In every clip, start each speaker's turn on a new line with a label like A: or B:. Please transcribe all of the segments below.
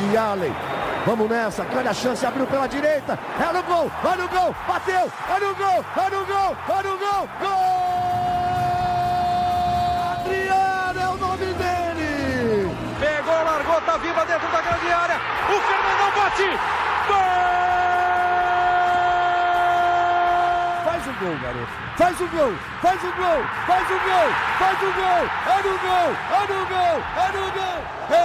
A: de Allen. Vamos nessa, grande a chance, abriu pela direita, é no gol, vai no gol, bateu, é no gol, é no gol, é no gol, gol! Adriano é o nome dele!
B: Pegou, largou, tá viva dentro da grande área, o Fernandão bate, gol!
A: Faz o gol, garoto, faz o gol, faz o gol, faz o gol, faz o gol, é no gol, é no gol, é no gol,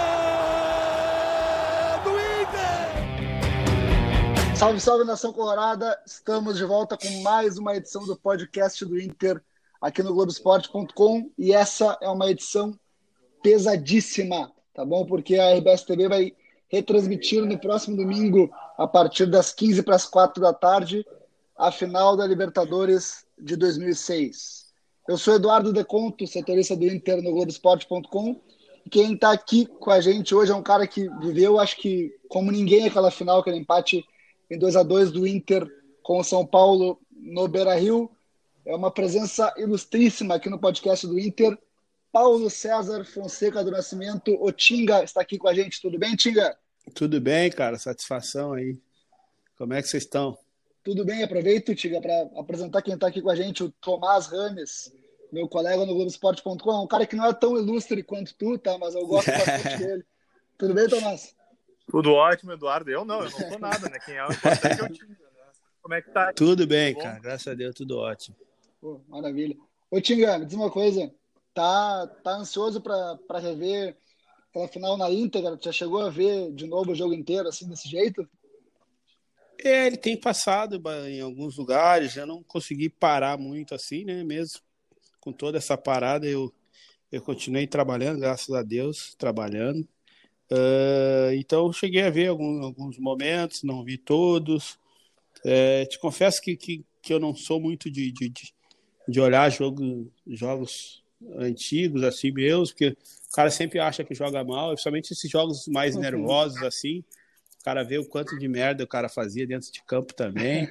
C: Salve, salve, Nação Colorada! Estamos de volta com mais uma edição do podcast do Inter aqui no Globoesporte.com e essa é uma edição pesadíssima, tá bom? Porque a RBS TV vai retransmitir no próximo domingo, a partir das 15 para as 4 da tarde, a final da Libertadores de 2006. Eu sou Eduardo Deconto, setorista do Inter no Globoesporte.com, e quem está aqui com a gente hoje é um cara que viveu, acho que como ninguém, aquela final, aquele empate em 2-2 do Inter com o São Paulo no Beira-Rio. É uma presença ilustríssima aqui no podcast do Inter. Paulo César Fonseca do Nascimento, o Tinga, está aqui com a gente. Tudo bem, Tinga?
D: Tudo bem, cara. Satisfação aí. Como é que vocês estão?
C: Tudo bem. Aproveito, Tinga, para apresentar quem está aqui com a gente, o Tomás Rames, meu colega no Globoesporte.com. Um cara que não é tão ilustre quanto tu, tá? Mas eu gosto bastante dele. Tudo bem, Tomás?
E: Tudo ótimo, Eduardo. Eu não sou nada, né? Quem é o importante é o time, né? Como é que tá?
D: Tudo bem, cara. Graças a Deus, tudo ótimo.
C: Pô, maravilha. Ô, Tinga, me diz uma coisa. Tá ansioso para rever aquela final na íntegra? Já chegou a ver de novo o jogo inteiro, assim, desse jeito?
D: Ele tem passado em alguns lugares. Eu não consegui parar muito assim, né? Mesmo com toda essa parada, eu continuei trabalhando, graças a Deus, trabalhando. Então cheguei a ver alguns momentos, não vi todos. Te confesso que eu não sou muito de olhar jogos antigos assim mesmo, porque o cara sempre acha que joga mal, principalmente esses jogos mais nervosos assim, o cara vê o quanto de merda o cara fazia dentro de campo também.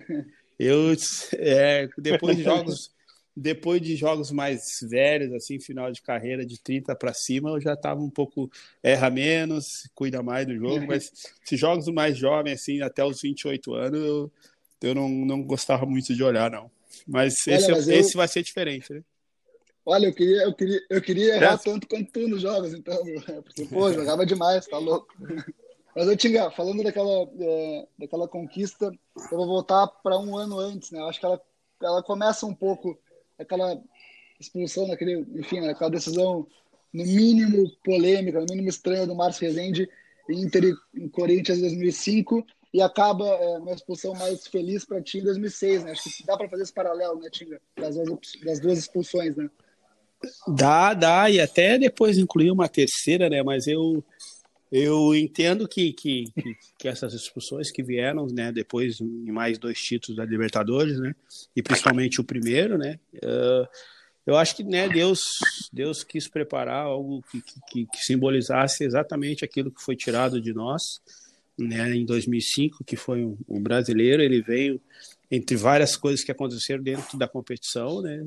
D: Depois de jogos mais velhos, assim, final de carreira de 30 para cima, eu já estava um pouco, erra menos, cuida mais do jogo, mas esses jogos mais jovens, assim, até os 28 anos, eu não gostava muito de olhar, não. Mas esse vai ser diferente, né?
C: Olha, eu queria errar tanto quanto tu nos jogos, então, porque, pô, jogava demais, tá louco. Mas eu tinha, falando daquela conquista, eu vou voltar para um ano antes, né? Eu acho que ela começa um pouco aquela expulsão aquela decisão no mínimo polêmica, no mínimo estranha do Márcio Rezende em Inter e Corinthians em 2005 e acaba uma expulsão mais feliz para ti em 2006, né? Acho que dá para fazer esse paralelo, né, Tinga? Das duas expulsões, né?
D: Dá, e até depois incluir uma terceira, né? Mas eu entendo que essas expulsões que vieram, né, depois em mais 2 títulos da Libertadores, né, e principalmente o primeiro, né, eu acho que, né, Deus quis preparar algo que simbolizasse exatamente aquilo que foi tirado de nós, né, em 2005, que foi um brasileiro. Ele veio entre várias coisas que aconteceram dentro da competição, né,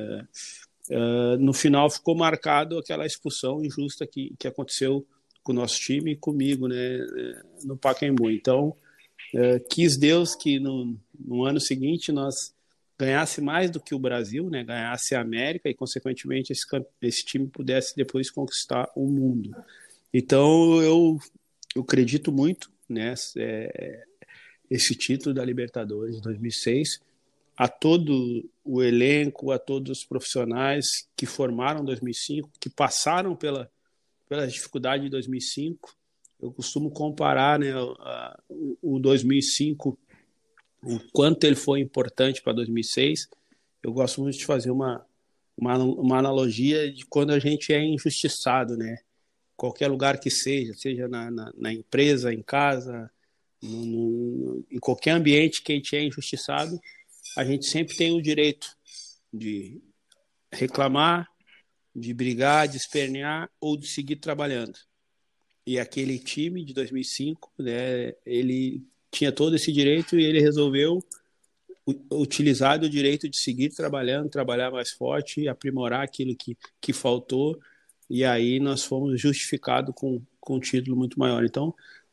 D: no final ficou marcado aquela expulsão injusta que aconteceu com o nosso time e comigo, né, no Pacaembu. Então, quis Deus que no ano seguinte nós ganhasse mais do que o Brasil, né, ganhasse a América e, consequentemente, esse time pudesse depois conquistar o mundo. Então, eu acredito muito, né, esse título da Libertadores de 2006, a todo o elenco, a todos os profissionais que formaram 2005, que passaram pela dificuldade de 2005. Eu costumo comparar, né, o 2005, o quanto ele foi importante para 2006. Eu gosto muito de fazer uma analogia de quando a gente é injustiçado, né? Qualquer lugar que seja na empresa, em casa, em qualquer ambiente que a gente é injustiçado, a gente sempre tem o direito de reclamar, de brigar, de espernear ou de seguir trabalhando. E aquele time de 2005, né, ele tinha todo esse direito e ele resolveu utilizar do direito de seguir trabalhando, trabalhar mais forte, aprimorar aquilo que faltou, e aí nós fomos justificados com um título muito maior. Então,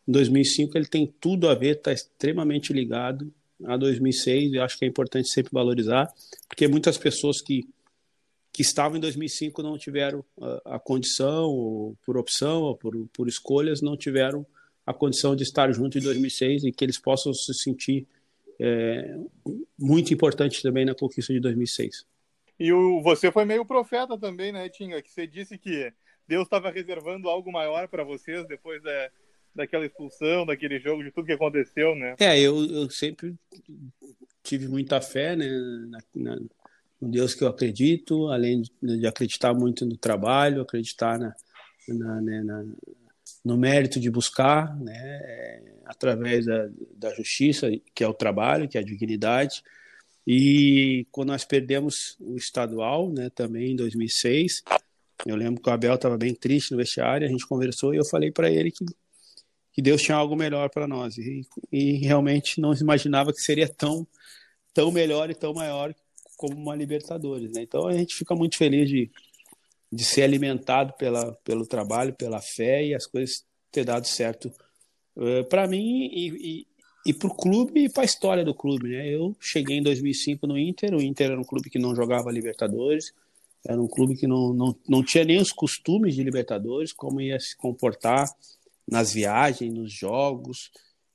D: em 2005 ele tem tudo a ver, está extremamente ligado a 2006, eu acho que é importante sempre valorizar, porque muitas pessoas que estavam em 2005 não tiveram a condição, ou por opção, ou por escolhas, não tiveram a condição de estar junto em 2006 e que eles possam se sentir muito importante também na conquista de 2006.
E: E você foi meio profeta também, né, Tinga? Que você disse que Deus estava reservando algo maior para vocês depois daquela expulsão, daquele jogo, de tudo que aconteceu, né?
D: Eu sempre tive muita fé, né, no Deus que eu acredito, além de acreditar muito no trabalho, acreditar no mérito de buscar, né, através da justiça, que é o trabalho, que é a dignidade. E quando nós perdemos o estadual, né, também em 2006, eu lembro que o Abel estava bem triste no vestiário, a gente conversou e eu falei para ele que Deus tinha algo melhor para nós. E realmente não imaginava que seria tão melhor e tão maior como uma Libertadores, né? Então a gente fica muito feliz de ser alimentado pelo trabalho, pela fé e as coisas ter dado certo para mim e para o clube e para a história do clube, né? Eu cheguei em 2005 no Inter, o Inter era um clube que não jogava Libertadores, era um clube que não tinha nem os costumes de Libertadores, como ia se comportar nas viagens, nos jogos,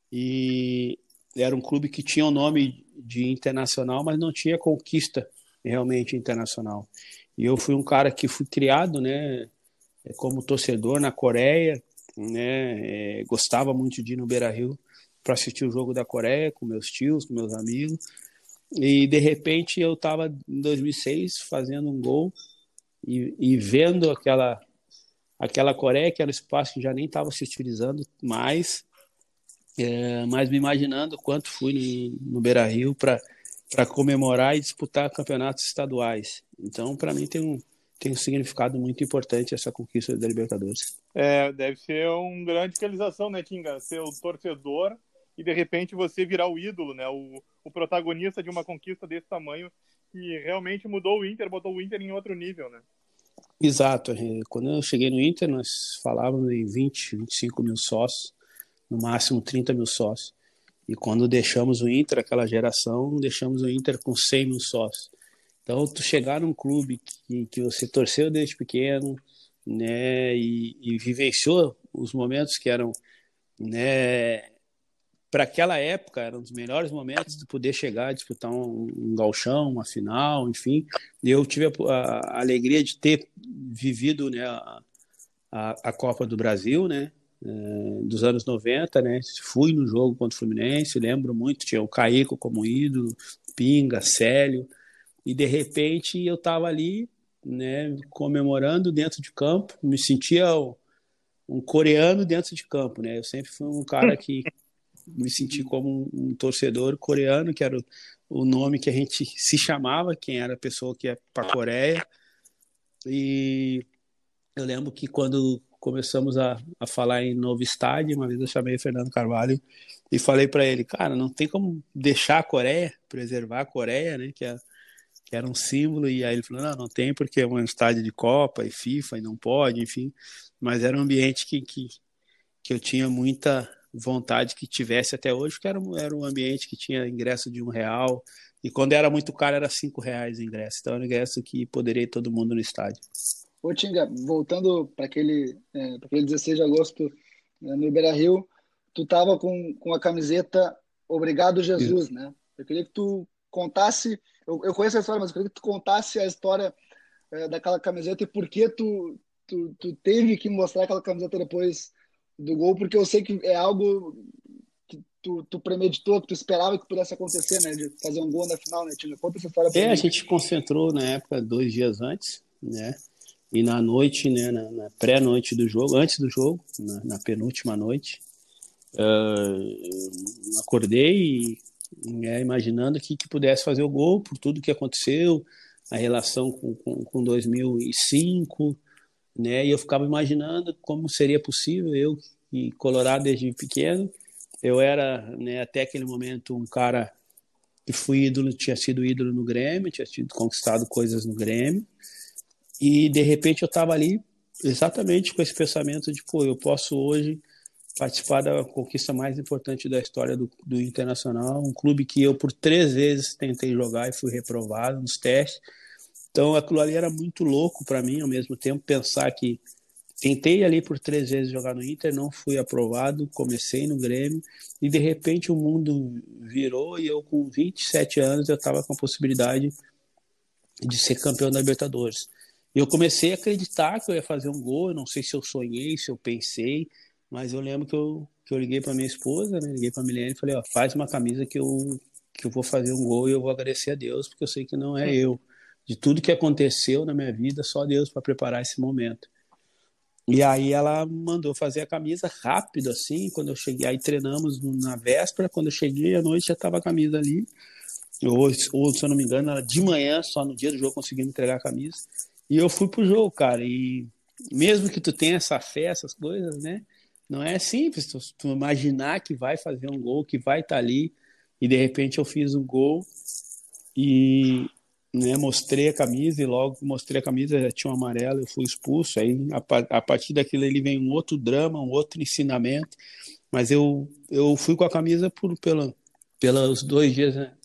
D: e era um clube que tinha o nome de internacional, mas não tinha conquista realmente internacional. E eu fui um cara que fui criado, né, como torcedor na Coreia, né, gostava muito de ir no Beira-Rio para assistir o jogo da Coreia com meus tios, com meus amigos. E de repente eu estava em 2006 fazendo um gol e vendo aquela Coreia, que era um espaço que já nem estava se utilizando mais, mas me imaginando quanto fui no Beira-Rio para comemorar e disputar campeonatos estaduais. Então, para mim, tem um significado muito importante essa conquista da Libertadores.
E: Deve ser uma grande realização, né, Tinga? Ser o torcedor e, de repente, você virar o ídolo, né? O protagonista de uma conquista desse tamanho que realmente mudou o Inter, botou o Inter em outro nível, né?
D: Exato. Quando eu cheguei no Inter, nós falávamos em 20, 25 mil sócios, no máximo 30 mil sócios. E quando deixamos o Inter, aquela geração, deixamos o Inter com 100 mil sócios. Então, tu chegar num clube que você torceu desde pequeno, né, e vivenciou os momentos que eram, né, para aquela época, eram os melhores momentos de poder chegar a disputar um gauchão, uma final, enfim. E eu tive a alegria de ter vivido, né, a Copa do Brasil, né, dos anos 90, né? Fui no jogo contra o Fluminense, lembro muito, tinha o Caíco como ídolo, Pinga, Célio, e de repente eu estava ali, né, comemorando dentro de campo, me sentia um coreano dentro de campo, né? Eu sempre fui um cara que me senti como um torcedor coreano, que era o nome que a gente se chamava, quem era a pessoa que ia para a Coreia. E eu lembro que quando começamos a falar em novo estádio, uma vez eu chamei o Fernando Carvalho e falei para ele, cara, não tem como deixar a Coreia, preservar a Coreia, né, que era um símbolo. E aí ele falou, não tem, porque é um estádio de Copa e FIFA e não pode, enfim. Mas era um ambiente que eu tinha muita vontade que tivesse até hoje, porque era um ambiente que tinha ingresso de R$1, e quando era muito caro era R$5 o ingresso, então era um ingresso que poderia ir todo mundo no estádio.
C: Ô Tinga, voltando para aquele 16 de agosto, no Beira-Rio, tu tava com a camiseta Obrigado Jesus, né? Eu queria que tu contasse, eu conheço a história, mas eu queria que tu contasse a história daquela camiseta e por que tu teve que mostrar aquela camiseta depois do gol, porque eu sei que é algo que tu premeditou, que tu esperava que pudesse acontecer, né? De fazer um gol na final, né, Tinga? Conta essa história pra mim.
D: A gente concentrou na época 2 dias antes, né? E na noite, né, na pré-noite do jogo, antes do jogo, na penúltima noite, acordei imaginando que pudesse fazer o gol por tudo que aconteceu, a relação com 2005, né? E eu ficava imaginando como seria possível, eu que colorado desde pequeno, eu era, né, até aquele momento um cara que fui ídolo, tinha sido ídolo no Grêmio, tinha conquistado coisas no Grêmio, e de repente eu estava ali exatamente com esse pensamento de, pô, eu posso hoje participar da conquista mais importante da história do Internacional, um clube que eu por 3 vezes tentei jogar e fui reprovado nos testes. Então aquilo ali era muito louco para mim, ao mesmo tempo pensar que tentei ali por 3 vezes jogar no Inter, não fui aprovado, comecei no Grêmio e de repente o mundo virou e eu com 27 anos eu estava com a possibilidade de ser campeão da Libertadores. E eu comecei a acreditar que eu ia fazer um gol, eu não sei se eu sonhei, se eu pensei, mas eu lembro que eu liguei para minha esposa, né? Liguei para a Milene e falei, ó, faz uma camisa que eu vou fazer um gol e eu vou agradecer a Deus, porque eu sei que não é eu. De tudo que aconteceu na minha vida, só Deus para preparar esse momento. E aí ela mandou fazer a camisa rápido, assim, quando eu cheguei, aí treinamos na véspera, quando eu cheguei à noite já estava a camisa ali, ou se eu não me engano, era de manhã, só no dia do jogo consegui entregar a camisa, e eu fui pro jogo, cara, e mesmo que tu tenha essa fé, essas coisas, né, não é simples tu imaginar que vai fazer um gol, que vai estar ali, e de repente eu fiz um gol, e... né, mostrei a camisa e logo que mostrei a camisa já tinha um amarelo, eu fui expulso, aí a partir daquilo ele vem um outro drama, um outro ensinamento, mas eu fui com a camisa pelos 2 dias, né,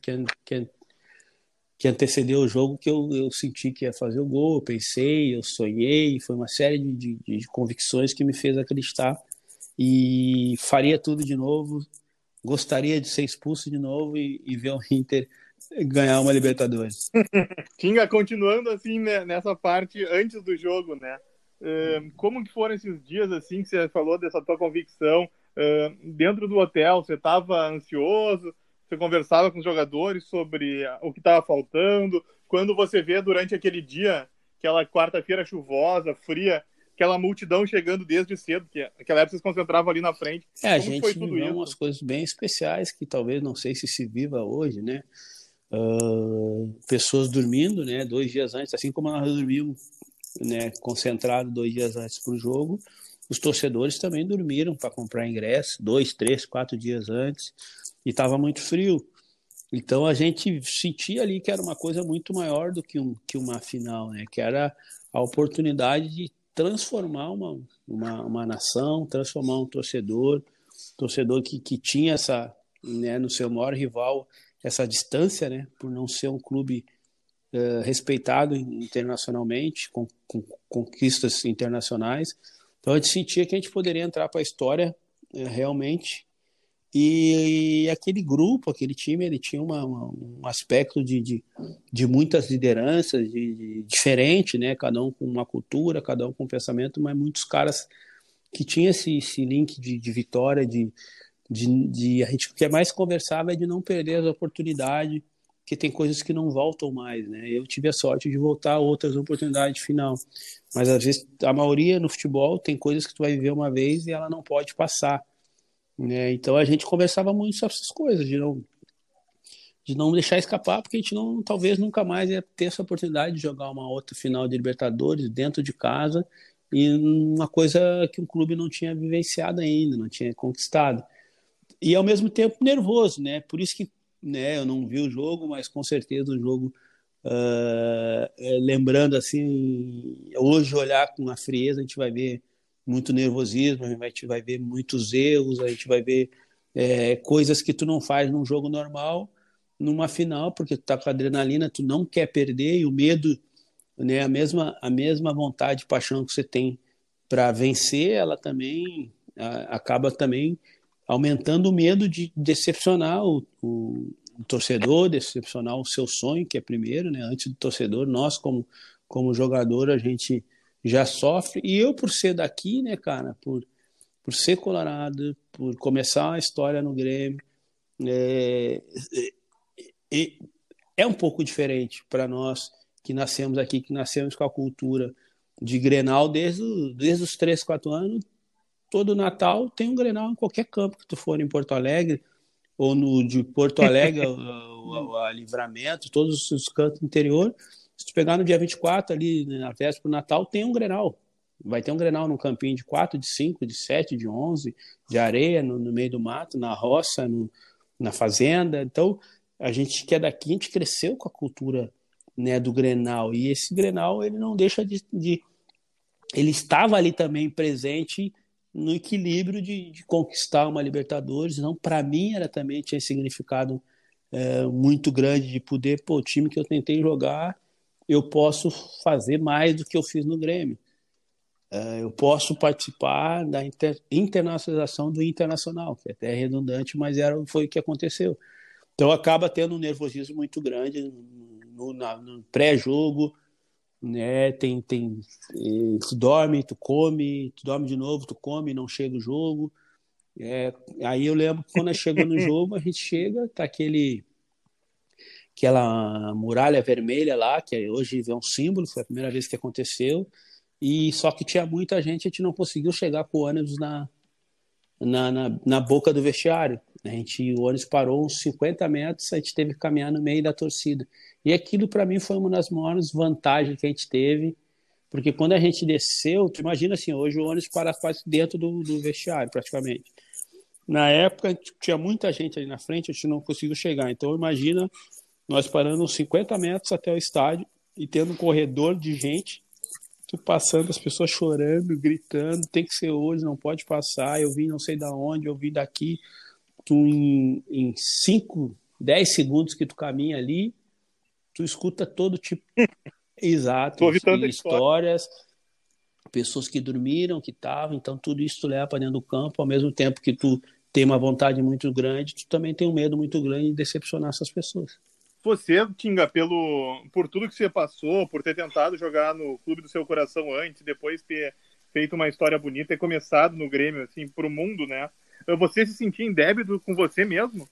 D: que antecedeu o jogo, que eu senti que ia fazer o gol, eu pensei, eu sonhei, foi uma série de convicções que me fez acreditar e faria tudo de novo, gostaria de ser expulso de novo e ver o Inter ganhar uma Libertadores.
E: Tinga, continuando assim, né, nessa parte antes do jogo, né? Como que foram esses dias assim que você falou dessa tua convicção? Dentro do hotel, você estava ansioso? Você conversava com os jogadores sobre o que estava faltando? Quando você vê durante aquele dia, aquela quarta-feira chuvosa, fria, aquela multidão chegando desde cedo, que naquela época vocês concentravam ali na frente.
D: A gente viveu umas coisas bem especiais que talvez não sei se viva hoje, né? Pessoas dormindo, né, 2 dias antes, assim como nós dormimos, né, concentrado 2 dias antes para o jogo, os torcedores também dormiram para comprar ingresso 2, 3, 4 dias antes e estava muito frio, então a gente sentia ali que era uma coisa muito maior do que uma final, né, que era a oportunidade de transformar uma nação, transformar um torcedor que tinha essa, né, no seu maior rival, essa distância, né, por não ser um clube respeitado internacionalmente, com conquistas internacionais. Então a gente sentia que a gente poderia entrar para a história realmente. E aquele grupo, aquele time, ele tinha um aspecto de muitas lideranças, diferente, né, cada um com uma cultura, cada um com um pensamento, mas muitos caras que tinham esse link de vitória, a gente, o que mais conversava é de não perder as oportunidades, porque tem coisas que não voltam mais, né? Eu tive a sorte de voltar a outras oportunidades de final, mas às vezes a maioria no futebol tem coisas que tu vai viver uma vez e ela não pode passar, né? Então a gente conversava muito sobre essas coisas, de não deixar escapar, porque a gente talvez nunca mais ia ter essa oportunidade de jogar uma outra final de Libertadores dentro de casa, e uma coisa que um clube não tinha vivenciado ainda, não tinha conquistado. E ao mesmo tempo nervoso, né? Por isso que, né, eu não vi o jogo, mas com certeza o jogo, lembrando assim, hoje olhar com a frieza, a gente vai ver muito nervosismo, a gente vai ver muitos erros, a gente vai ver coisas que tu não faz num jogo normal, numa final, porque tu tá com adrenalina, tu não quer perder, e o medo, né, a mesma vontade, paixão que você tem para vencer, ela também acaba também aumentando o medo de decepcionar o torcedor, decepcionar o seu sonho, que é primeiro, né? Antes do torcedor, nós como jogador, a gente já sofre, e eu por ser daqui, né, cara, por ser colorado, por começar a história no Grêmio, é um pouco diferente para nós que nascemos aqui, que nascemos com a cultura de Grenal desde os 3, 4 anos. Todo Natal tem um Grenal em qualquer campo que tu for em Porto Alegre, ou de Porto Alegre a Livramento, todos os cantos do interior. Se tu pegar no dia 24 ali, na véspera do Natal, tem um Grenal. Vai ter um Grenal num campinho de 4, de 5, de 7, de 11, de areia, no meio do mato, na roça, na fazenda. Então, a gente que é daqui, a gente cresceu com a cultura, né, do Grenal. E esse Grenal, ele não deixa ele estava ali também presente no equilíbrio de conquistar uma Libertadores. Não, para mim tinha significado muito grande de poder, o time que eu tentei jogar, eu posso fazer mais do que eu fiz no Grêmio. Eu posso participar da internacionalização do Internacional, que até é redundante, mas foi o que aconteceu. Então acaba tendo um nervosismo muito grande no pré-jogo, né? Tu dorme, tu come, tu dorme de novo, tu come, não chega o jogo. Aí eu lembro que quando chegou no jogo, a gente chega, tá aquela muralha vermelha lá, que hoje é um símbolo, foi a primeira vez que aconteceu, e só que tinha muita gente, a gente não conseguiu chegar com o ônibus na boca do vestiário. O ônibus parou uns 50 metros, a gente teve que caminhar no meio da torcida. E aquilo, para mim, foi uma das maiores vantagens que a gente teve, porque quando a gente desceu, tu imagina assim, hoje o ônibus para quase dentro do vestiário, praticamente. Na época, tinha muita gente ali na frente, a gente não conseguiu chegar. Então, imagina nós parando uns 50 metros até o estádio e tendo um corredor de gente, tu passando, as pessoas chorando, gritando, tem que ser hoje, não pode passar, eu vim não sei da onde, eu vim daqui. Tu, em 5, 10 segundos que tu caminha ali, tu escuta todo tipo... Exato, histórias, pessoas que dormiram, que estavam, então tudo isso tu leva para dentro do campo, ao mesmo tempo que tu tem uma vontade muito grande, tu também tem um medo muito grande de decepcionar essas pessoas.
E: Você, Tinga, por tudo que você passou, por ter tentado jogar no clube do seu coração antes, depois ter feito uma história bonita e começado no Grêmio, assim, pro mundo, né? Você se sentia em débito com você mesmo?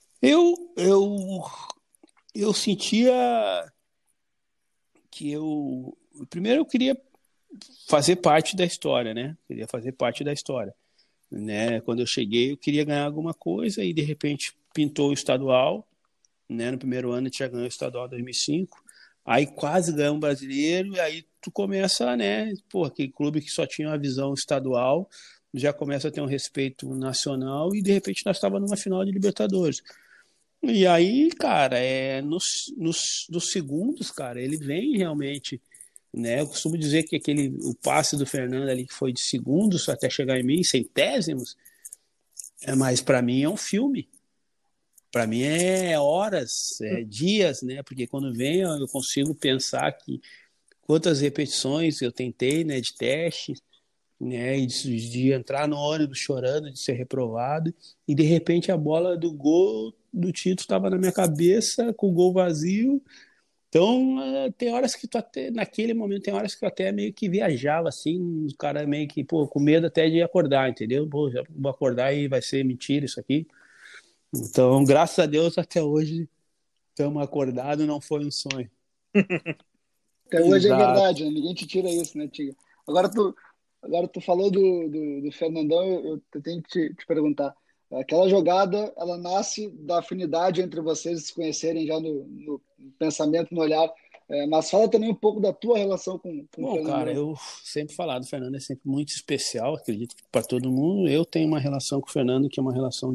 D: Eu sentia que primeiro eu queria fazer parte da história, né? Queria fazer parte da história, né? Quando eu cheguei, eu queria ganhar alguma coisa e de repente pintou o estadual, né? No primeiro ano a gente já ganhou o estadual 2005, aí quase ganhou um brasileiro e aí tu começa, né? Aquele clube que só tinha uma visão estadual já começa a ter um respeito nacional e de repente nós estávamos numa final de Libertadores. E aí, cara, nos segundos, cara, ele vem realmente, né? Eu costumo dizer que o passe do Fernando ali que foi de segundos até chegar em mim, centésimos, mas para mim é um filme. Para mim é horas, dias, né? Porque quando vem eu consigo pensar que quantas repetições eu tentei, né, de teste, né, de entrar no ônibus chorando, de ser reprovado, e de repente a bola do gol do Tito estava na minha cabeça, com o gol vazio. Então, tem horas que tu até, naquele momento, tem horas que eu até meio que viajava, assim, o cara meio que, com medo até de acordar, entendeu? Já vou acordar e vai ser mentira isso aqui. Então, graças a Deus, até hoje, estamos acordados, não foi um sonho.
C: Até hoje é verdade, né? Ninguém te tira isso, né, Tiga? Agora tu falou do Fernandão, eu tenho que te perguntar. Aquela jogada, ela nasce da afinidade entre vocês se conhecerem já no pensamento, no olhar. Mas fala também um pouco da tua relação com o Fernando.
D: Cara, eu sempre falo, o Fernando é sempre muito especial, acredito que para todo mundo. Eu tenho uma relação com o Fernando que é uma relação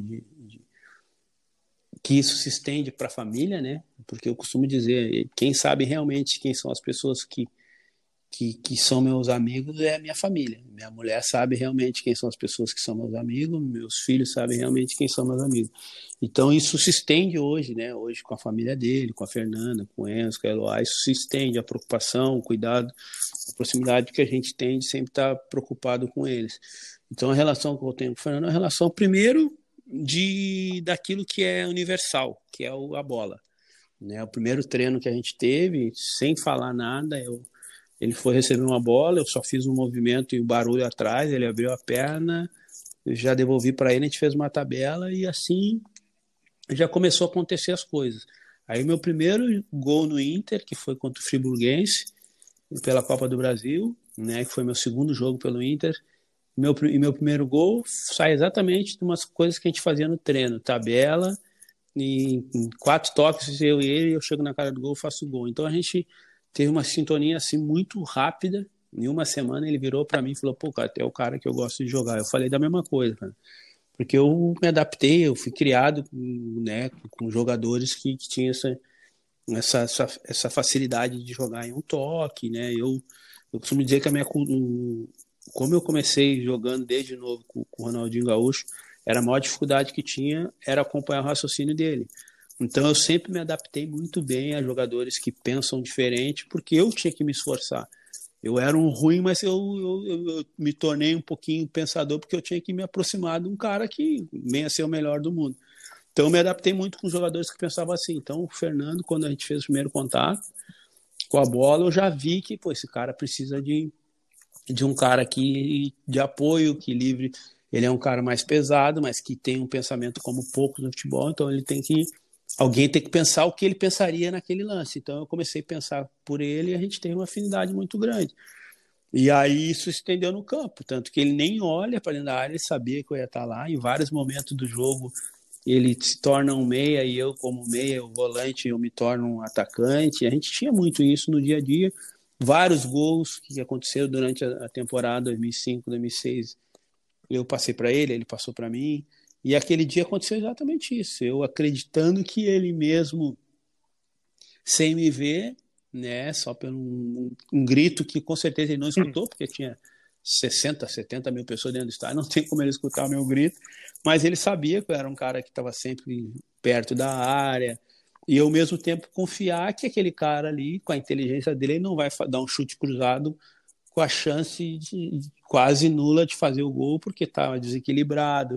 D: que isso se estende para a família, né? Porque eu costumo dizer, quem sabe realmente quem são as pessoas que são meus amigos é a minha família. Minha mulher sabe realmente quem são as pessoas que são meus amigos, meus filhos sabem realmente quem são meus amigos. Então isso se estende hoje, né? Hoje com a família dele, com a Fernanda, com o Enzo, com a Eloá, isso se estende, a preocupação, o cuidado, a proximidade que a gente tem de sempre estar preocupado com eles. Então a relação que eu tenho com o Fernando é uma relação, primeiro, daquilo que é universal, que é a bola. Né? O primeiro treino que a gente teve, sem falar nada, ele foi receber uma bola, eu só fiz um movimento e o barulho atrás, ele abriu a perna, eu já devolvi para ele, a gente fez uma tabela e assim já começou a acontecer as coisas. Aí meu primeiro gol no Inter, que foi contra o Friburguense, pela Copa do Brasil, né, que foi meu segundo jogo pelo Inter, meu primeiro gol sai exatamente de umas coisas que a gente fazia no treino, tabela, e em 4 toques eu e ele, eu chego na cara do gol e faço o gol. Então a gente teve uma sintonia assim muito rápida. Em uma semana ele virou para mim e falou: cara, tu é o cara que eu gosto de jogar. Eu falei da mesma coisa, cara. Porque eu me adaptei, eu fui criado, né, com jogadores que tinham essa facilidade de jogar em um toque, né? Eu costumo dizer que como eu comecei jogando desde novo com o Ronaldinho Gaúcho, a maior dificuldade que tinha era acompanhar o raciocínio dele. Então eu sempre me adaptei muito bem a jogadores que pensam diferente, porque eu tinha que me esforçar. Eu era um ruim, mas eu me tornei um pouquinho pensador, porque eu tinha que me aproximar de um cara que venha a ser o melhor do mundo. Então eu me adaptei muito com os jogadores que pensavam assim. Então o Fernando, quando a gente fez o primeiro contato com a bola, eu já vi que esse cara precisa de um cara de apoio, que livre. Ele é um cara mais pesado, mas que tem um pensamento como poucos no futebol, então alguém tem que pensar o que ele pensaria naquele lance. Então eu comecei a pensar por ele e a gente tem uma afinidade muito grande. E aí isso se estendeu no campo, tanto que ele nem olha para dentro da área, ele sabia que eu ia estar lá. Em vários momentos do jogo ele se torna um meia e eu, como meia, o volante, eu me torno um atacante. A gente tinha muito isso no dia a dia. Vários gols que aconteceram durante a temporada 2005, 2006, eu passei para ele passou para mim. E aquele dia aconteceu exatamente isso. Eu acreditando que ele mesmo, sem me ver, né, só pelo um grito que com certeza ele não escutou, porque tinha 60, 70 mil pessoas dentro do estádio, não tem como ele escutar o meu grito, mas ele sabia que eu era um cara que estava sempre perto da área, e eu, ao mesmo tempo, confiar que aquele cara ali, com a inteligência dele, ele não vai dar um chute cruzado com a chance quase nula de fazer o gol, porque estava desequilibrado,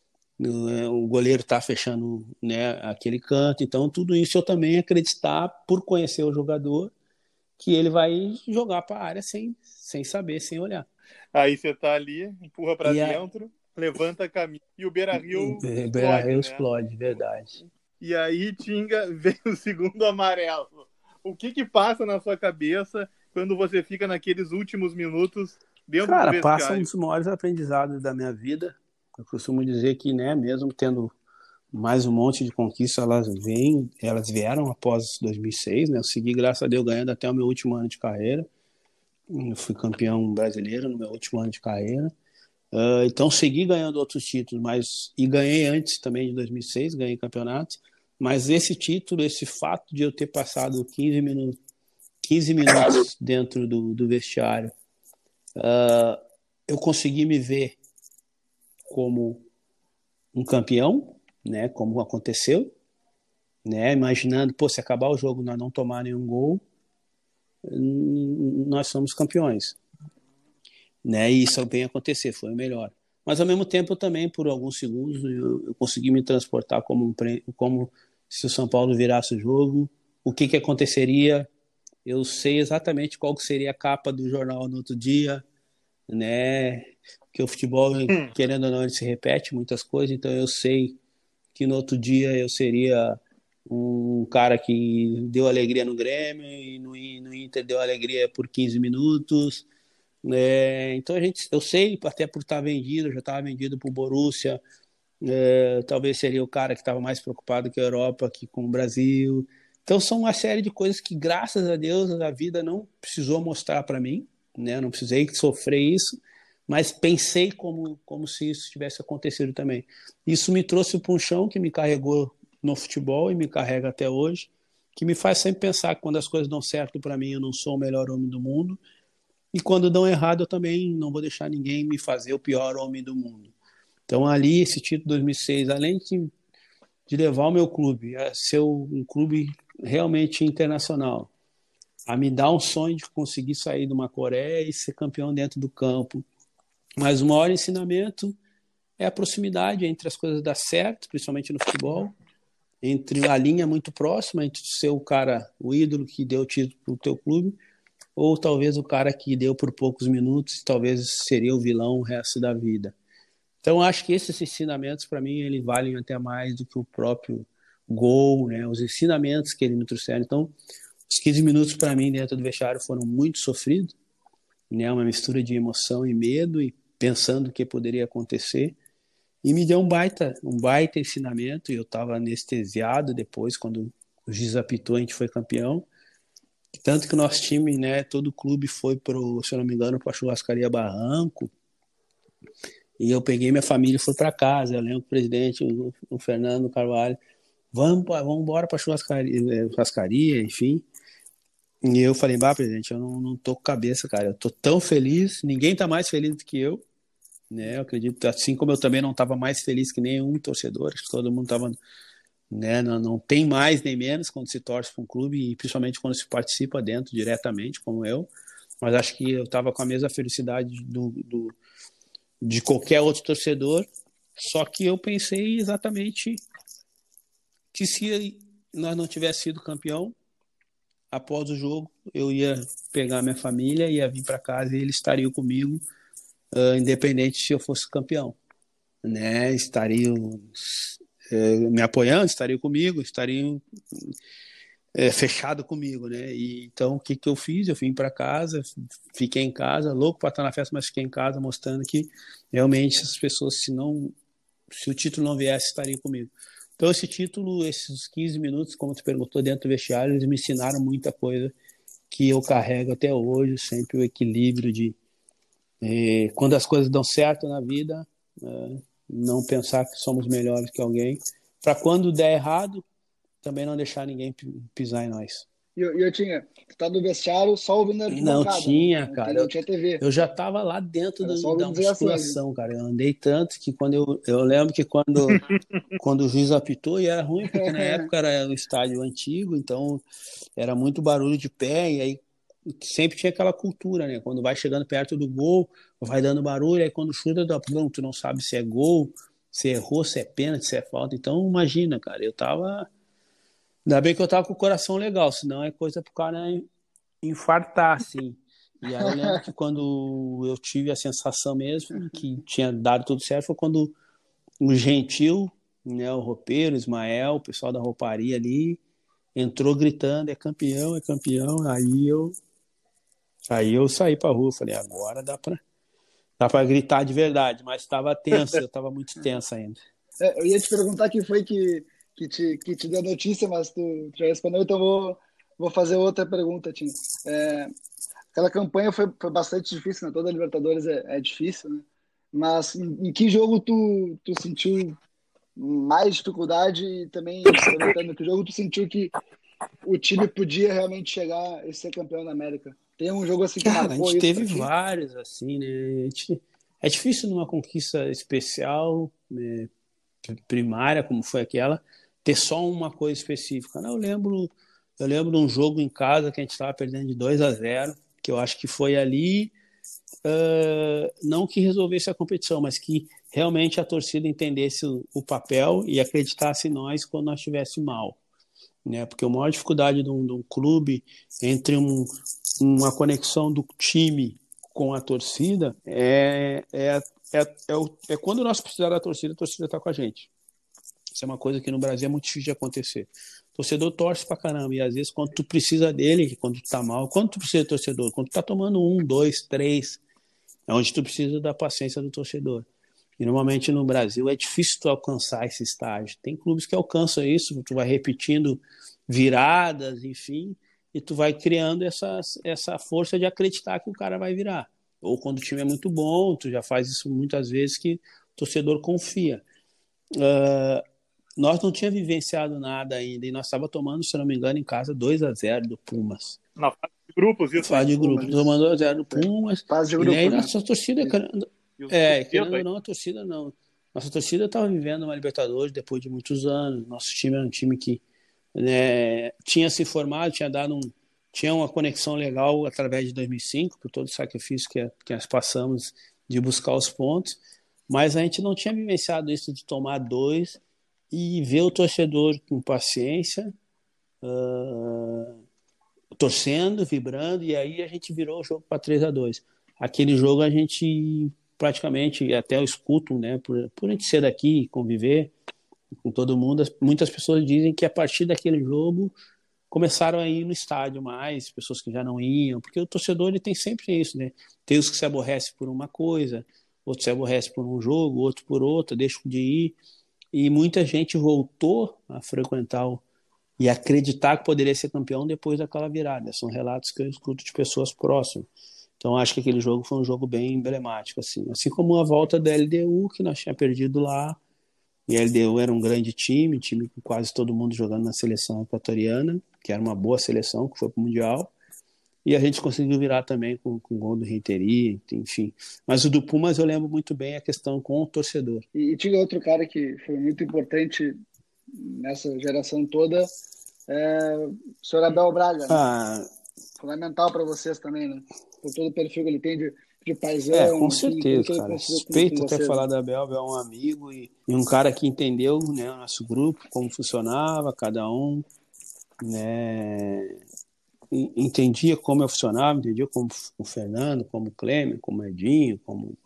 D: o goleiro está fechando, né, aquele canto. Então tudo isso eu também acreditar, por conhecer o jogador, que ele vai jogar para a área sem saber, sem olhar.
E: Aí você tá ali, empurra para dentro, levanta a camisa e o Beira-Rio
D: explode, verdade.
E: E aí, Tinga, vem o segundo amarelo. O que passa na sua cabeça quando você fica naqueles últimos minutos dentro do vestiário?
D: Passa um dos maiores aprendizados da minha vida. Eu costumo dizer que, né, mesmo tendo mais um monte de conquistas, elas vieram após 2006, né? Eu segui, graças a Deus, ganhando até o meu último ano de carreira. Eu fui campeão brasileiro no meu último ano de carreira. Então, segui ganhando outros títulos, e ganhei antes também de 2006, ganhei campeonatos. Mas esse título, esse fato de eu ter passado 15 minutos dentro do vestiário, eu consegui me ver como um campeão, né, como aconteceu, né, imaginando, se acabar o jogo nós não tomar nenhum gol, nós somos campeões, né, e isso bem acontecer, foi o melhor. Mas ao mesmo tempo eu também, por alguns segundos, eu consegui me transportar como se o São Paulo virasse o jogo, o que aconteceria. Eu sei exatamente qual seria a capa do jornal no outro dia, né? Porque o futebol, querendo ou não, ele se repete muitas coisas, então eu sei que no outro dia eu seria um cara que deu alegria no Grêmio e no Inter deu alegria por 15 minutos, né? Então eu sei, até por estar vendido, eu já estava vendido para o Borussia, talvez seria o cara que estava mais preocupado com a Europa que com o Brasil. Então são uma série de coisas que, graças a Deus, a vida não precisou mostrar para mim, né? Não precisei sofrer isso, mas pensei como se isso tivesse acontecido também. Isso me trouxe para um chão que me carregou no futebol e me carrega até hoje, que me faz sempre pensar que quando as coisas dão certo para mim, eu não sou o melhor homem do mundo, e quando dão errado, eu também não vou deixar ninguém me fazer o pior homem do mundo. Então ali, esse título 2006, além de levar o meu clube a ser um clube realmente internacional, a me dar um sonho de conseguir sair de uma Coreia e ser campeão dentro do campo. Mas o maior ensinamento é a proximidade entre as coisas dar certo, principalmente no futebol, entre a linha muito próxima, entre ser o cara, o ídolo que deu o título para o teu clube, ou talvez o cara que deu por poucos minutos, talvez seria o vilão o resto da vida. Então, acho que esses ensinamentos, para mim, eles valem até mais do que o próprio gol, né? Os ensinamentos que ele me trouxeram. Então, os 15 minutos, para mim, dentro do vestiário foram muito sofridos, né? Uma mistura de emoção e medo, e pensando o que poderia acontecer. E me deu um baita ensinamento, e eu estava anestesiado depois, quando o juiz apitou, a gente foi campeão. Tanto que o nosso time, né, todo o clube foi, se eu não me engano, para a Churrascaria Barranco. E eu peguei minha família e fui para casa. Eu lembro que o presidente, o Fernando Carvalho, vamos embora para a churrascaria, enfim. E eu falei, presidente, eu não tô com cabeça, cara. Eu tô tão feliz, ninguém tá mais feliz do que eu, né? Eu acredito, assim como eu também não tava mais feliz que nenhum torcedor, acho que todo mundo tava, né? Não tem mais nem menos quando se torce para um clube, e principalmente quando se participa dentro diretamente, como eu. Mas acho que eu tava com a mesma felicidade de qualquer outro torcedor, só que eu pensei exatamente que se nós não tivéssemos sido campeão, após o jogo, eu ia pegar minha família, ia vir para casa e eles estariam comigo, independente se eu fosse campeão, né? Estariam me apoiando, estariam comigo, estariam fechado comigo, né? E então o que eu fiz? Eu vim para casa, fiquei em casa, louco para estar na festa, mas fiquei em casa mostrando que realmente essas pessoas, se o título não viesse, estariam comigo. Então esse título, esses 15 minutos, como tu perguntou, dentro do vestiário, eles me ensinaram muita coisa que eu carrego até hoje, sempre o equilíbrio de quando as coisas dão certo na vida, não pensar que somos melhores que alguém, para quando der errado, também não deixar ninguém pisar em nós.
C: E eu tinha, tu tá no vestiário só ouvindo a arquibancada,
D: Não tinha,
C: né?
D: cara.
C: Não tinha TV.
D: Eu já estava lá dentro da
C: musculações,
D: musculação, cara. Eu andei tanto que eu lembro que quando o juiz apitou, e era ruim, porque na época era o estádio antigo, então era muito barulho de pé, e aí sempre tinha aquela cultura, né? Quando vai chegando perto do gol, vai dando barulho, aí quando chuta, tu não sabe se é gol, se errou, se é pênalti, se é falta. Então, imagina, cara, ainda bem que eu tava com o coração legal, senão é coisa pro cara infartar, assim. E aí eu lembro que quando eu tive a sensação mesmo que tinha dado tudo certo foi quando o Gentil, né, o roupeiro, o Ismael, o pessoal da rouparia ali, entrou gritando, é campeão, é campeão. Aí eu saí pra rua, falei, agora dá pra gritar de verdade, mas estava tenso, eu estava muito tenso ainda.
C: Eu ia te perguntar quem foi que te deu a notícia, mas tu já respondeu, então vou fazer outra pergunta, Tim. Aquela campanha foi bastante difícil, né? Toda a Libertadores é difícil, né? Mas em que jogo tu sentiu mais dificuldade e também, perguntando, que jogo tu sentiu que o time podia realmente chegar e ser campeão da América? Tem um jogo assim que
D: Cara,
C: marcou
D: a gente
C: isso
D: teve
C: pra ti?
D: vários, assim, né? É difícil numa conquista especial, né, primária, como foi aquela, ter só uma coisa específica. Não, eu lembro de um jogo em casa que a gente estava perdendo de 2-0, que eu acho que foi ali, não que resolvesse a competição, mas que realmente a torcida entendesse o papel e acreditasse em nós quando nós estivéssemos mal. Né? Porque a maior dificuldade de um clube entre uma conexão do time com a torcida é quando nós precisamos da torcida, a torcida está com a gente. Isso é uma coisa que no Brasil é muito difícil de acontecer. O torcedor torce pra caramba, e às vezes quando tu precisa dele, quando tu tá mal, quando tu precisa do torcedor? Quando tu tá tomando 1, 2, 3, é onde tu precisa da paciência do torcedor. E normalmente no Brasil é difícil tu alcançar esse estágio. Tem clubes que alcançam isso, tu vai repetindo viradas, enfim, e tu vai criando essa força de acreditar que o cara vai virar. Ou quando o time é muito bom, tu já faz isso muitas vezes que o torcedor confia. Nós não tínhamos vivenciado nada ainda, e nós estávamos tomando, se não me engano, em casa 2-0 do Pumas.
E: Na fase de grupos, isso.
D: Fase de grupos, tomando 2-0 do Pumas.
C: Fase de
D: E
C: grupos,
D: aí
C: né?
D: nossa torcida, querendo ou não, a torcida não. Nossa torcida estava vivendo uma Libertadores depois de muitos anos. Nosso time era um time que, né, tinha se formado, tinha uma conexão legal através de 2005, por todo o sacrifício que nós passamos de buscar os pontos, mas a gente não tinha vivenciado isso de tomar 2 e ver o torcedor com paciência, torcendo, vibrando, e aí a gente virou o jogo para 3-2. Aquele jogo a gente praticamente, até eu escuto, né, por a gente ser daqui e conviver com todo mundo, muitas pessoas dizem que a partir daquele jogo começaram a ir no estádio mais, pessoas que já não iam, porque o torcedor ele tem sempre isso, né? Tem os que se aborrecem por uma coisa, outros se aborrecem por um jogo, outro por outro, deixam de ir, e muita gente voltou a frequentar e acreditar que poderia ser campeão depois daquela virada. São relatos que eu escuto de pessoas próximas. Então acho que aquele jogo foi um jogo bem emblemático, assim como a volta da LDU, que nós tínhamos perdido lá. E a LDU era um grande time com quase todo mundo jogando na seleção equatoriana, que era uma boa seleção, que foi para o Mundial. E a gente conseguiu virar também com o gol do Renteria, enfim. Mas o do Pumas eu lembro muito bem a questão com o torcedor.
C: E tinha outro cara que foi muito importante nessa geração toda, o senhor Abel Braga, né? Fundamental para vocês também, né? Por todo o perfil que ele tem de paizão.
D: Com
C: enfim,
D: certeza, cara. Suspeito até falar da Abel é um amigo e um cara que entendeu, né, o nosso grupo, como funcionava, cada um, né, entendia como eu funcionava, entendia como o Fernando, como o Clemer, como o Edinho, como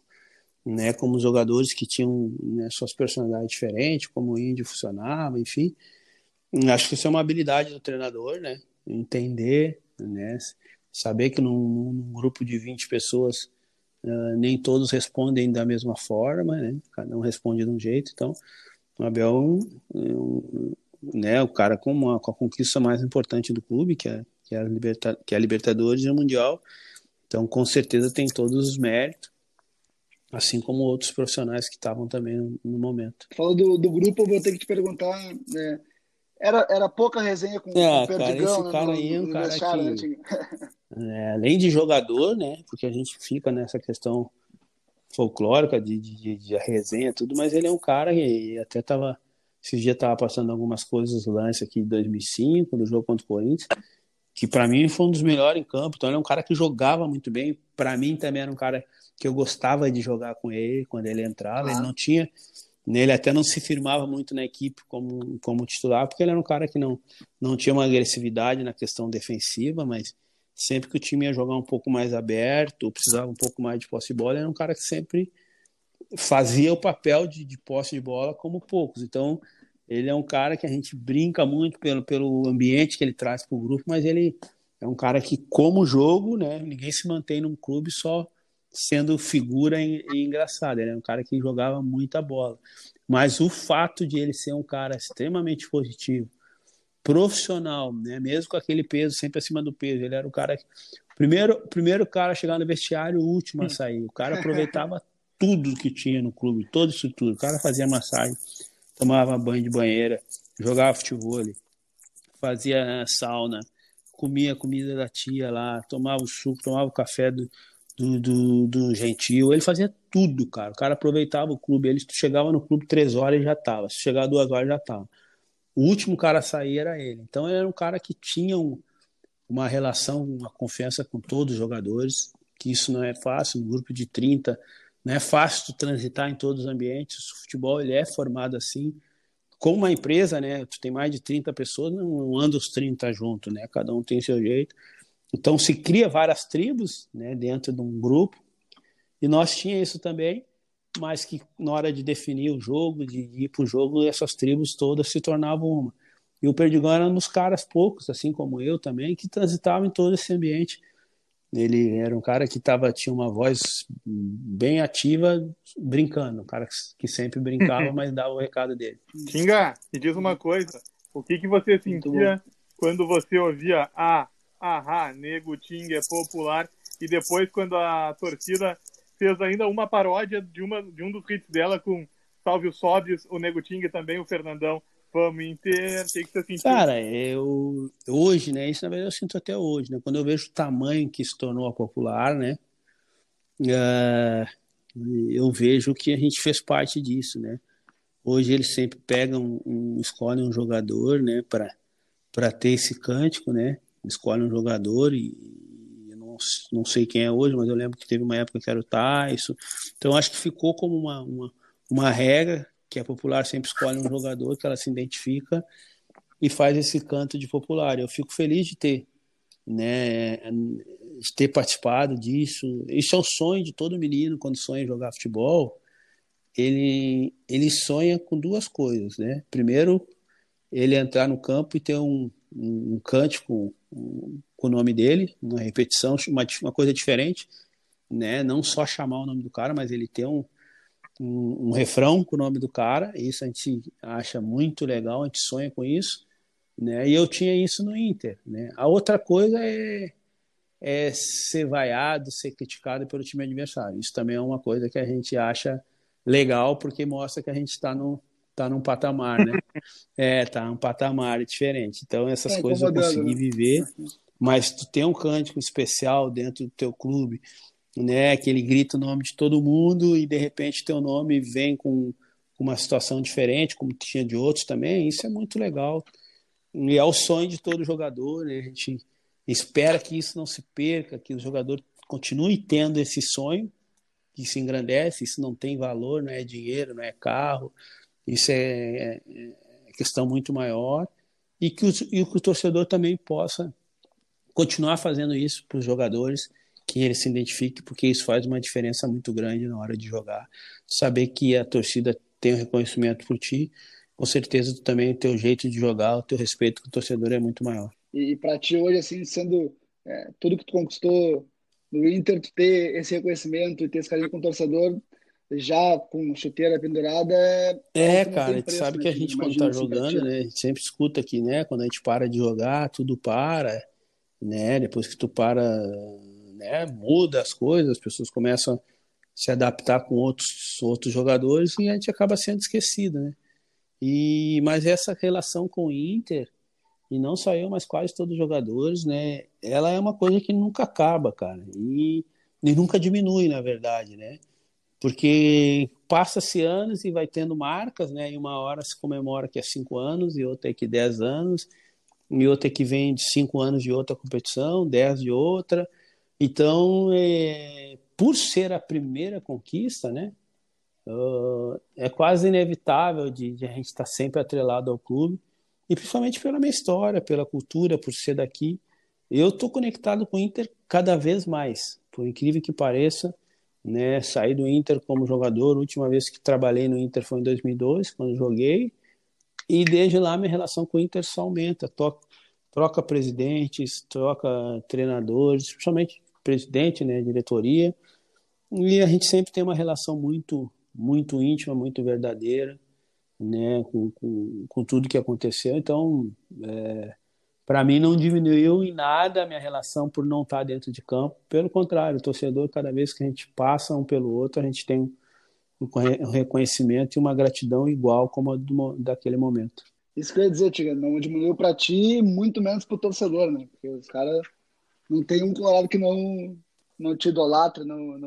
D: os jogadores que tinham, né, suas personalidades diferentes, como o Índio funcionava, enfim. Acho que isso é uma habilidade do treinador, né? Entender, né? Saber que num grupo de 20 pessoas nem todos respondem da mesma forma, né? Cada um responde de um jeito. Então, o Abel né, o cara com a conquista mais importante do clube, que é a Libertadores e o Mundial. Então, com certeza, tem todos os méritos, assim como outros profissionais que estavam também no momento.
C: Falando do grupo, eu vou ter que te perguntar, né? Era pouca resenha com o Perdigão,
D: esse cara aí é um cara que, além de jogador, né, porque a gente fica nessa questão folclórica de resenha tudo, mas ele é um cara que até esses dias estava passando algumas coisas, o lance aqui de 2005, do jogo contra o Corinthians, que para mim foi um dos melhores em campo. Então ele é um cara que jogava muito bem. Para mim também era um cara que eu gostava de jogar com ele quando ele entrava. Ele não tinha, ele até não se firmava muito na equipe como titular, porque ele era um cara que não tinha uma agressividade na questão defensiva, mas sempre que o time ia jogar um pouco mais aberto, ou precisava um pouco mais de posse de bola, era um cara que sempre fazia o papel de posse de bola como poucos. Então ele é um cara que a gente brinca muito pelo ambiente que ele traz para o grupo, mas ele é um cara que, como jogo, né, ninguém se mantém num clube só sendo figura e engraçado. Ele é um cara que jogava muita bola. Mas o fato de ele ser um cara extremamente positivo, profissional, né, mesmo com aquele peso sempre acima do peso, ele era o cara primeiro cara a chegar no vestiário, o último a sair. O cara aproveitava tudo que tinha no clube, toda estrutura. O cara fazia massagem, tomava banho de banheira, jogava futebol, fazia sauna, comia a comida da tia lá, tomava o suco, tomava o café do Gentil. Ele fazia tudo, cara. O cara aproveitava o clube. Ele chegava no clube 3 horas e já estava. Se chegava 2 horas, já estava. O último cara a sair era ele. Então ele era um cara que tinha uma relação, uma confiança com todos os jogadores, que isso não é fácil. Um grupo de 30, não é fácil transitar em todos os ambientes. O futebol ele é formado assim. Como uma empresa, né? Tu tem mais de 30 pessoas, não anda os 30 juntos, né? Cada um tem seu jeito. Então se cria várias tribos, né, dentro de um grupo, e nós tínhamos isso também, mas que na hora de definir o jogo, de ir para o jogo, essas tribos todas se tornavam uma. E o Perdigão era um dos caras poucos, assim como eu também, que transitavam em todo esse ambiente. Ele era um cara que tinha uma voz bem ativa, brincando, um cara que sempre brincava, mas dava o recado dele.
E: Tinga, me diz uma coisa, o que você sentia quando você ouvia Nego Tinga é popular, e depois quando a torcida fez ainda uma paródia de um dos hits dela com Salve os Sobres, o Nego Tinga e também o Fernandão, vamos Inter, o que você sentiu?
D: Cara, hoje, né, isso na verdade eu sinto até hoje, né, quando eu vejo o tamanho que se tornou a popular, né, eu vejo que a gente fez parte disso, né. Hoje eles sempre pegam, escolhem um jogador, né, para ter esse cântico, né, escolhem um jogador e eu não sei quem é hoje, mas eu lembro que teve uma época que era o Tyson. Então acho que ficou como uma regra que a popular sempre escolhe um jogador que ela se identifica e faz esse canto de popular. Eu fico feliz de ter, né, de ter participado disso. Isso é o sonho de todo menino quando sonha em jogar futebol. Ele sonha com duas coisas, né? Primeiro, ele entrar no campo e ter um cântico com o nome dele, uma repetição, uma coisa diferente, né? Não só chamar o nome do cara, mas ele ter um refrão com o nome do cara. Isso a gente acha muito legal, a gente sonha com isso, né? E eu tinha isso no Inter, né? A outra coisa é ser vaiado, ser criticado pelo time adversário. Isso também é uma coisa que a gente acha legal, porque mostra que a gente está num patamar, né? Tá num patamar diferente. Então essas coisas eu consegui viver, mas tu tem um cântico especial dentro do teu clube, né, que ele grita o nome de todo mundo e de repente teu nome vem com uma situação diferente, como tinha de outros também, isso é muito legal. E é o sonho de todo jogador, né? A gente espera que isso não se perca, que o jogador continue tendo esse sonho, que se engrandece, isso não tem valor, não é dinheiro, não é carro, isso é questão muito maior, e que o torcedor também possa continuar fazendo isso para os jogadores, que ele se identifique, porque isso faz uma diferença muito grande na hora de jogar. Saber que a torcida tem um reconhecimento por ti, com certeza tu também, o teu jeito de jogar, o teu respeito com o torcedor é muito maior.
C: E para ti hoje, assim, sendo tudo que tu conquistou no Inter, tu ter esse reconhecimento e ter esse carinho com o torcedor, já com chuteira pendurada,
D: cara, tu sabe, né, que a gente quando tá jogando, né, a gente sempre escuta aqui, né, quando a gente para de jogar, tudo para, né, depois que tu para, né, muda as coisas, as pessoas começam a se adaptar com outros jogadores e a gente acaba sendo esquecido, né, mas essa relação com o Inter, e não só eu, mas quase todos os jogadores, né, ela é uma coisa que nunca acaba, cara, e nunca diminui, na verdade, né, porque passa-se anos e vai tendo marcas, né? E uma hora se comemora que é 5 anos, e outra é que 10 anos, e outra é que vem de 5 anos de outra competição, 10 de outra. Então, por ser a primeira conquista, né? É quase inevitável de a gente estar sempre atrelado ao clube, e principalmente pela minha história, pela cultura, por ser daqui. Eu estou conectado com o Inter cada vez mais, por incrível que pareça, né, saí do Inter como jogador, a última vez que trabalhei no Inter foi em 2002, quando joguei, e desde lá minha relação com o Inter só aumenta, troca presidentes, troca treinadores, principalmente presidente, né, diretoria, e a gente sempre tem uma relação muito, muito íntima, muito verdadeira, né, com tudo que aconteceu. Então, para mim não diminuiu em nada a minha relação por não estar dentro de campo. Pelo contrário, o torcedor, cada vez que a gente passa um pelo outro, a gente tem um reconhecimento e uma gratidão igual como a daquele momento.
C: Isso que eu ia dizer, Tiga, não diminuiu para ti, muito menos para o torcedor, né? Porque os caras não tem um colorado que não te idolatra,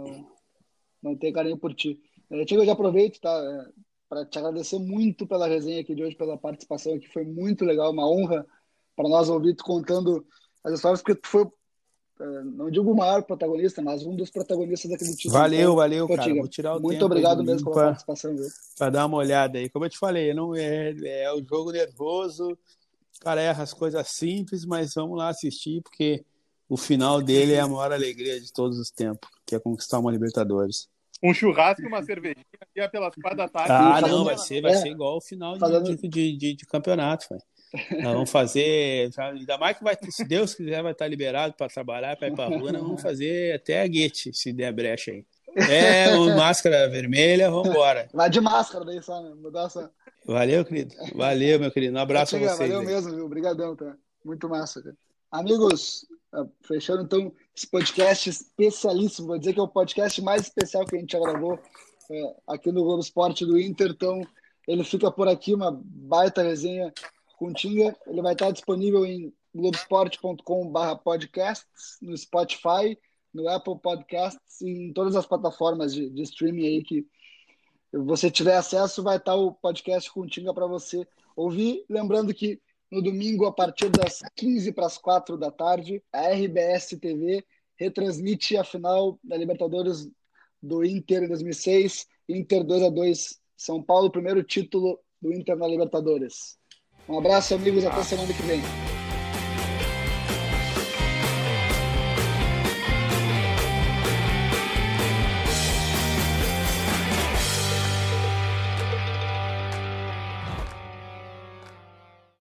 C: não tem carinho por ti. Tiga, eu já aproveito, tá? Para te agradecer muito pela resenha aqui de hoje, pela participação aqui, foi muito legal, uma honra para nós ouvir tu contando as histórias, porque tu foi, não digo o maior protagonista, mas um dos protagonistas daquele título.
D: Valeu, cara. Vou tirar o tempo.
C: Muito obrigado mesmo pela participação, viu?
D: Para dar uma olhada aí. Como eu te falei, não é o jogo nervoso, cara, erra as coisas simples, mas vamos lá assistir, porque o final dele é a maior alegria de todos os tempos, que é conquistar uma Libertadores.
E: Um churrasco e uma cervejinha aqui pelas 4 da tarde.
D: Não, vai ser igual o final de campeonato, velho. Nós vamos fazer, ainda mais que se Deus quiser, vai estar liberado para trabalhar, para ir para a rua, nós vamos fazer até a guete, se der brecha aí. Máscara vermelha, vamos embora.
C: Vai de máscara daí só, né? Mudança.
D: Valeu, querido. Valeu, meu querido. Um abraço a vocês.
C: Valeu
D: aí.
C: mesmo, viu? Obrigadão, tá? Muito massa, cara. Amigos, fechando então esse podcast especialíssimo, vou dizer que é o podcast mais especial que a gente já gravou aqui no Globo Esporte do Inter, então ele fica por aqui, uma baita resenha com o Tinga. Ele vai estar disponível em globesport.com/podcasts, no Spotify, no Apple Podcasts e em todas as plataformas de streaming aí que você tiver acesso, vai estar o podcast com o Tinga para você ouvir. Lembrando que no domingo, a partir das 15:45 da tarde, a RBS TV retransmite a final da Libertadores do Inter em 2006, Inter 2-2, São Paulo, primeiro título do Inter na Libertadores. Um abraço, amigos, até semana que vem.